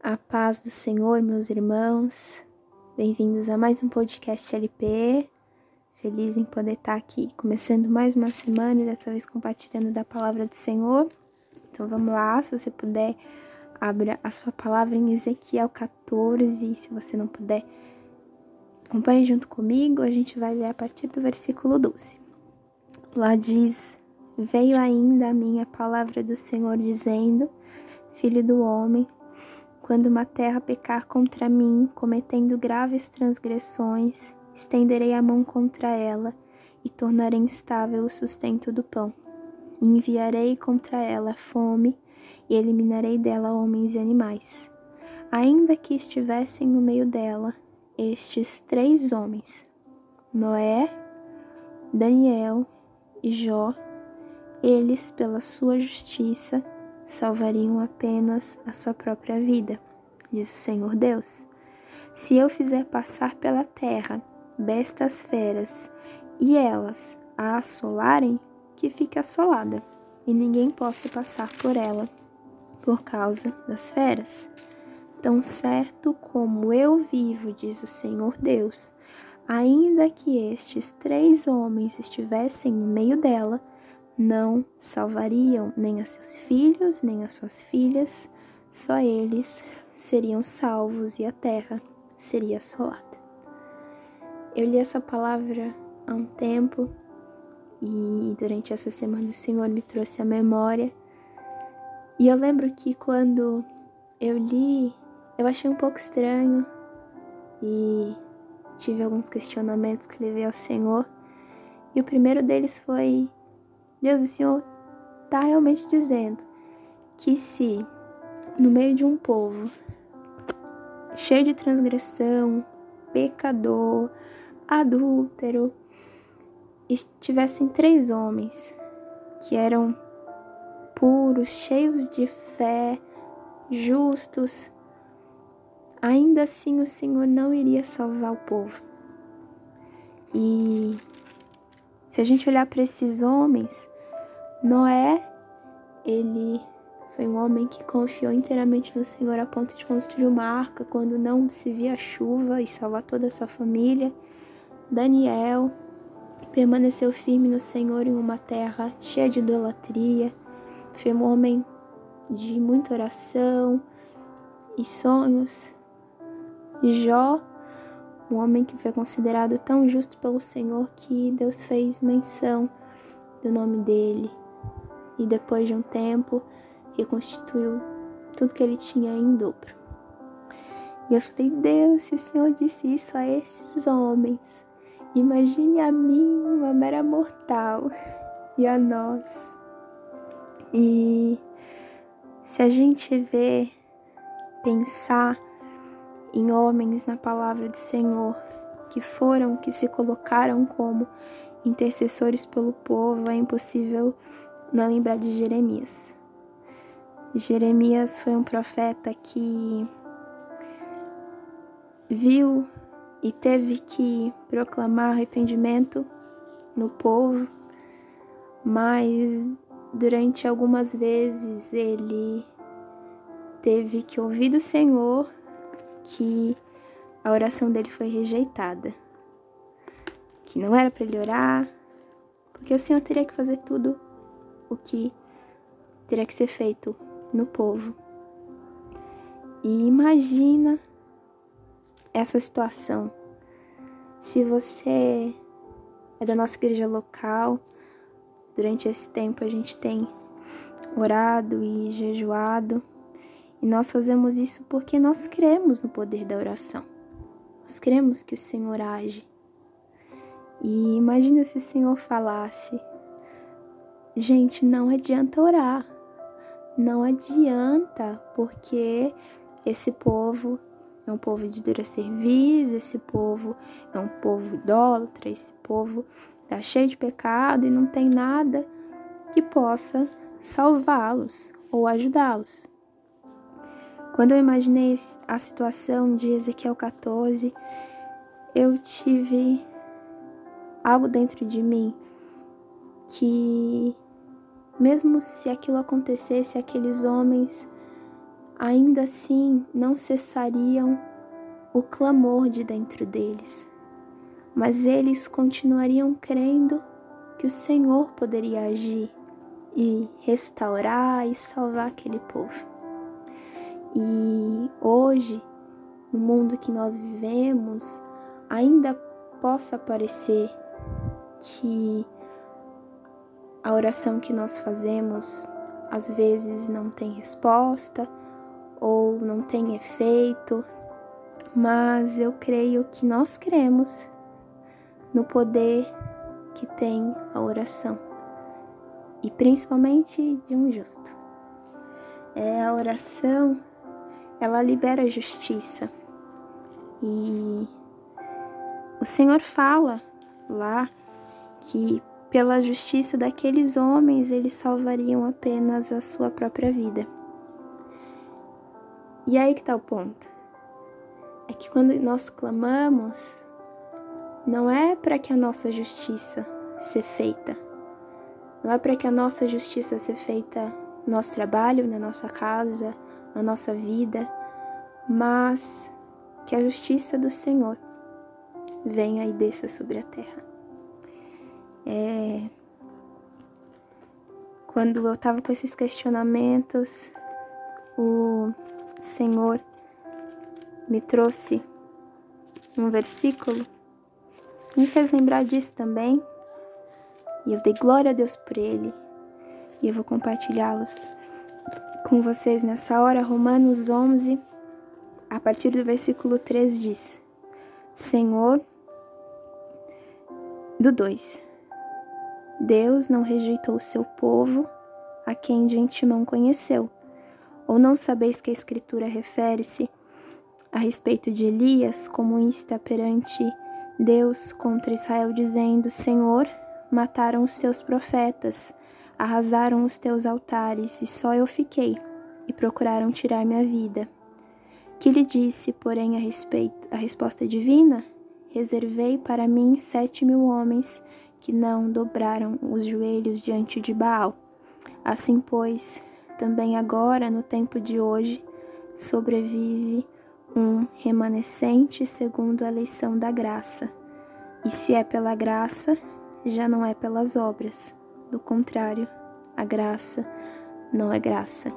A paz do Senhor, meus irmãos. Bem-vindos a mais um podcast LP. Feliz em poder estar aqui começando mais uma semana e dessa vez compartilhando da palavra do Senhor. Então vamos lá, se você puder, abra a sua palavra em Ezequiel 14 e se você não puder, acompanhe junto comigo, a gente vai ler a partir do versículo 12. Lá diz: Veio ainda a minha palavra do Senhor dizendo: Filho do homem, quando uma terra pecar contra mim, cometendo graves transgressões, estenderei a mão contra ela e tornarei instável o sustento do pão. Enviarei contra ela fome e eliminarei dela homens e animais. Ainda que estivessem no meio dela estes 3 homens, Noé, Daniel e Jó, eles, pela sua justiça, salvariam apenas a sua própria vida, diz o Senhor Deus. Se eu fizer passar pela terra bestas feras e elas a assolarem, que fique assolada, e ninguém possa passar por ela por causa das feras. Tão certo como eu vivo, diz o Senhor Deus, ainda que estes 3 homens estivessem no meio dela, não salvariam nem a seus filhos, nem as suas filhas, só eles seriam salvos e a terra seria assolada. Eu li essa palavra há um tempo e durante essa semana o Senhor me trouxe à memória. E eu lembro que quando eu li, eu achei um pouco estranho e tive alguns questionamentos que levei ao Senhor. E o primeiro deles foi: Deus, o Senhor está realmente dizendo que se no meio de um povo cheio de transgressão, pecador, adúltero, estivessem 3 homens que eram puros, cheios de fé, justos, ainda assim o Senhor não iria salvar o povo. E se a gente olhar para esses homens, Noé, ele foi um homem que confiou inteiramente no Senhor a ponto de construir uma arca quando não se via chuva e salvar toda a sua família. Daniel permaneceu firme no Senhor em uma terra cheia de idolatria. Foi um homem de muita oração e sonhos. Jó, um homem que foi considerado tão justo pelo Senhor que Deus fez menção do nome dele. E depois de um tempo, reconstituiu tudo que ele tinha em dobro. E eu falei: Deus, se o Senhor disse isso a esses homens, imagine a mim, uma mera mortal, e a nós. E se a gente pensar em homens na palavra do Senhor, que se colocaram como intercessores pelo povo, é impossível não lembrar de Jeremias. Jeremias foi um profeta que viu e teve que proclamar arrependimento no povo, mas durante algumas vezes ele teve que ouvir do Senhor que a oração dele foi rejeitada, que não era para ele orar, porque o Senhor teria que fazer tudo o que teria que ser feito no povo. E imagina essa situação. Se você é da nossa igreja local, durante esse tempo a gente tem orado e jejuado, e nós fazemos isso porque nós cremos no poder da oração. Nós cremos que o Senhor age. E imagina se o Senhor falasse: gente, não adianta orar. Não adianta, porque esse povo é um povo de dura cerviz, esse povo é um povo idólatra, esse povo está cheio de pecado e não tem nada que possa salvá-los ou ajudá-los. Quando eu imaginei a situação de Ezequiel 14, eu tive algo dentro de mim que, mesmo se aquilo acontecesse, aqueles homens ainda assim não cessariam o clamor de dentro deles, mas eles continuariam crendo que o Senhor poderia agir e restaurar e salvar aquele povo. E hoje, no mundo que nós vivemos, ainda possa parecer que a oração que nós fazemos às vezes não tem resposta ou não tem efeito, mas eu creio que nós cremos no poder que tem a oração, e principalmente de um justo. A oração, ela libera a justiça, e o Senhor fala lá que pela justiça daqueles homens eles salvariam apenas a sua própria vida. E aí que está o ponto. É que quando nós clamamos, não é para que a nossa justiça seja feita. Não é para que a nossa justiça seja feita no nosso trabalho, na nossa casa, na nossa vida, mas que a justiça do Senhor venha e desça sobre a terra. Quando eu estava com esses questionamentos, o Senhor me trouxe um versículo que me fez lembrar disso também, e eu dei glória a Deus por ele, e eu vou compartilhá-los com vocês nessa hora. Romanos 11, a partir do versículo 3 diz: Senhor, do 2, Deus não rejeitou o seu povo, a quem de antemão conheceu. Ou não sabeis que a Escritura refere-se a respeito de Elias, como insta perante Deus contra Israel, dizendo: Senhor, mataram os teus profetas, arrasaram os teus altares, e só eu fiquei, e procuraram tirar minha vida. Que lhe disse, porém, a resposta divina? Reservei para mim 7.000 homens que não dobraram os joelhos diante de Baal. Assim, pois, também agora, no tempo de hoje, sobrevive um remanescente segundo a eleição da graça. E se é pela graça, já não é pelas obras. Do contrário, a graça não é graça.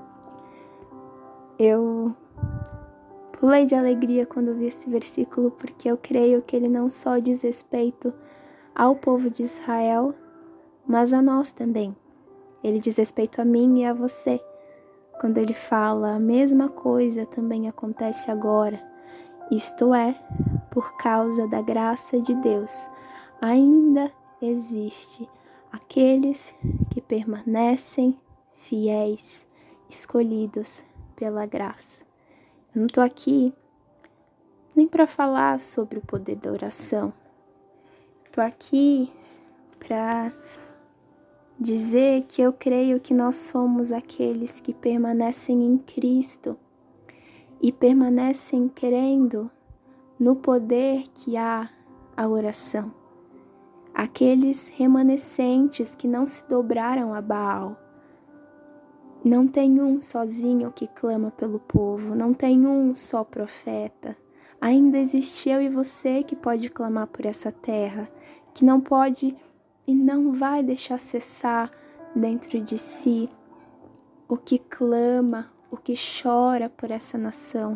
Eu pulei de alegria quando vi esse versículo, porque eu creio que ele não só diz respeito ao povo de Israel, mas a nós também. Ele diz respeito a mim e a você. Quando ele fala, a mesma coisa também acontece agora. Isto é, por causa da graça de Deus, ainda existe aqueles que permanecem fiéis, escolhidos pela graça. Eu não estou aqui nem para falar sobre o poder da oração. Estou aqui para dizer que eu creio que nós somos aqueles que permanecem em Cristo e permanecem crendo no poder que há a oração. Aqueles remanescentes que não se dobraram a Baal. Não tem um sozinho que clama pelo povo, não tem um só profeta. Ainda existe eu e você que pode clamar por essa terra, que não pode e não vai deixar cessar dentro de si o que clama, o que chora por essa nação.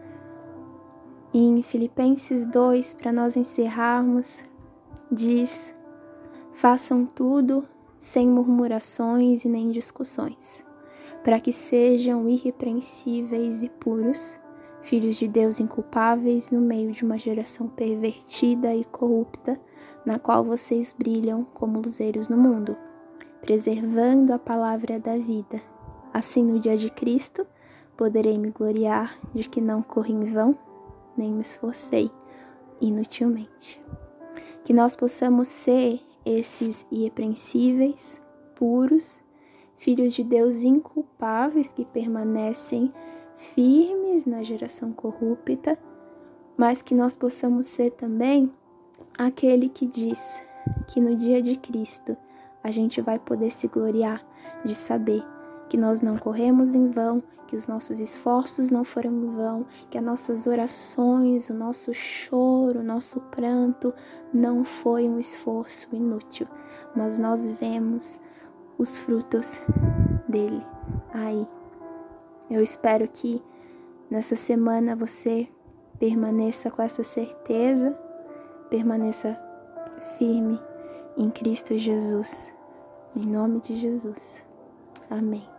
Em Filipenses 2, para nós encerrarmos, diz: façam tudo sem murmurações e nem discussões, para que sejam irrepreensíveis e puros, filhos de Deus inculpáveis no meio de uma geração pervertida e corrupta, na qual vocês brilham como luzeiros no mundo, preservando a palavra da vida. Assim, no dia de Cristo, poderei me gloriar de que não corri em vão, nem me esforcei inutilmente. Que nós possamos ser esses irrepreensíveis, puros, filhos de Deus inculpáveis que permanecem firmes na geração corrupta, mas que nós possamos ser também aquele que diz que no dia de Cristo a gente vai poder se gloriar de saber: que nós não corremos em vão, que os nossos esforços não foram em vão, que as nossas orações, o nosso choro, o nosso pranto não foi um esforço inútil, mas nós vemos os frutos dele aí. Eu espero que nessa semana você permaneça com essa certeza, permaneça firme em Cristo Jesus. Em nome de Jesus. Amém.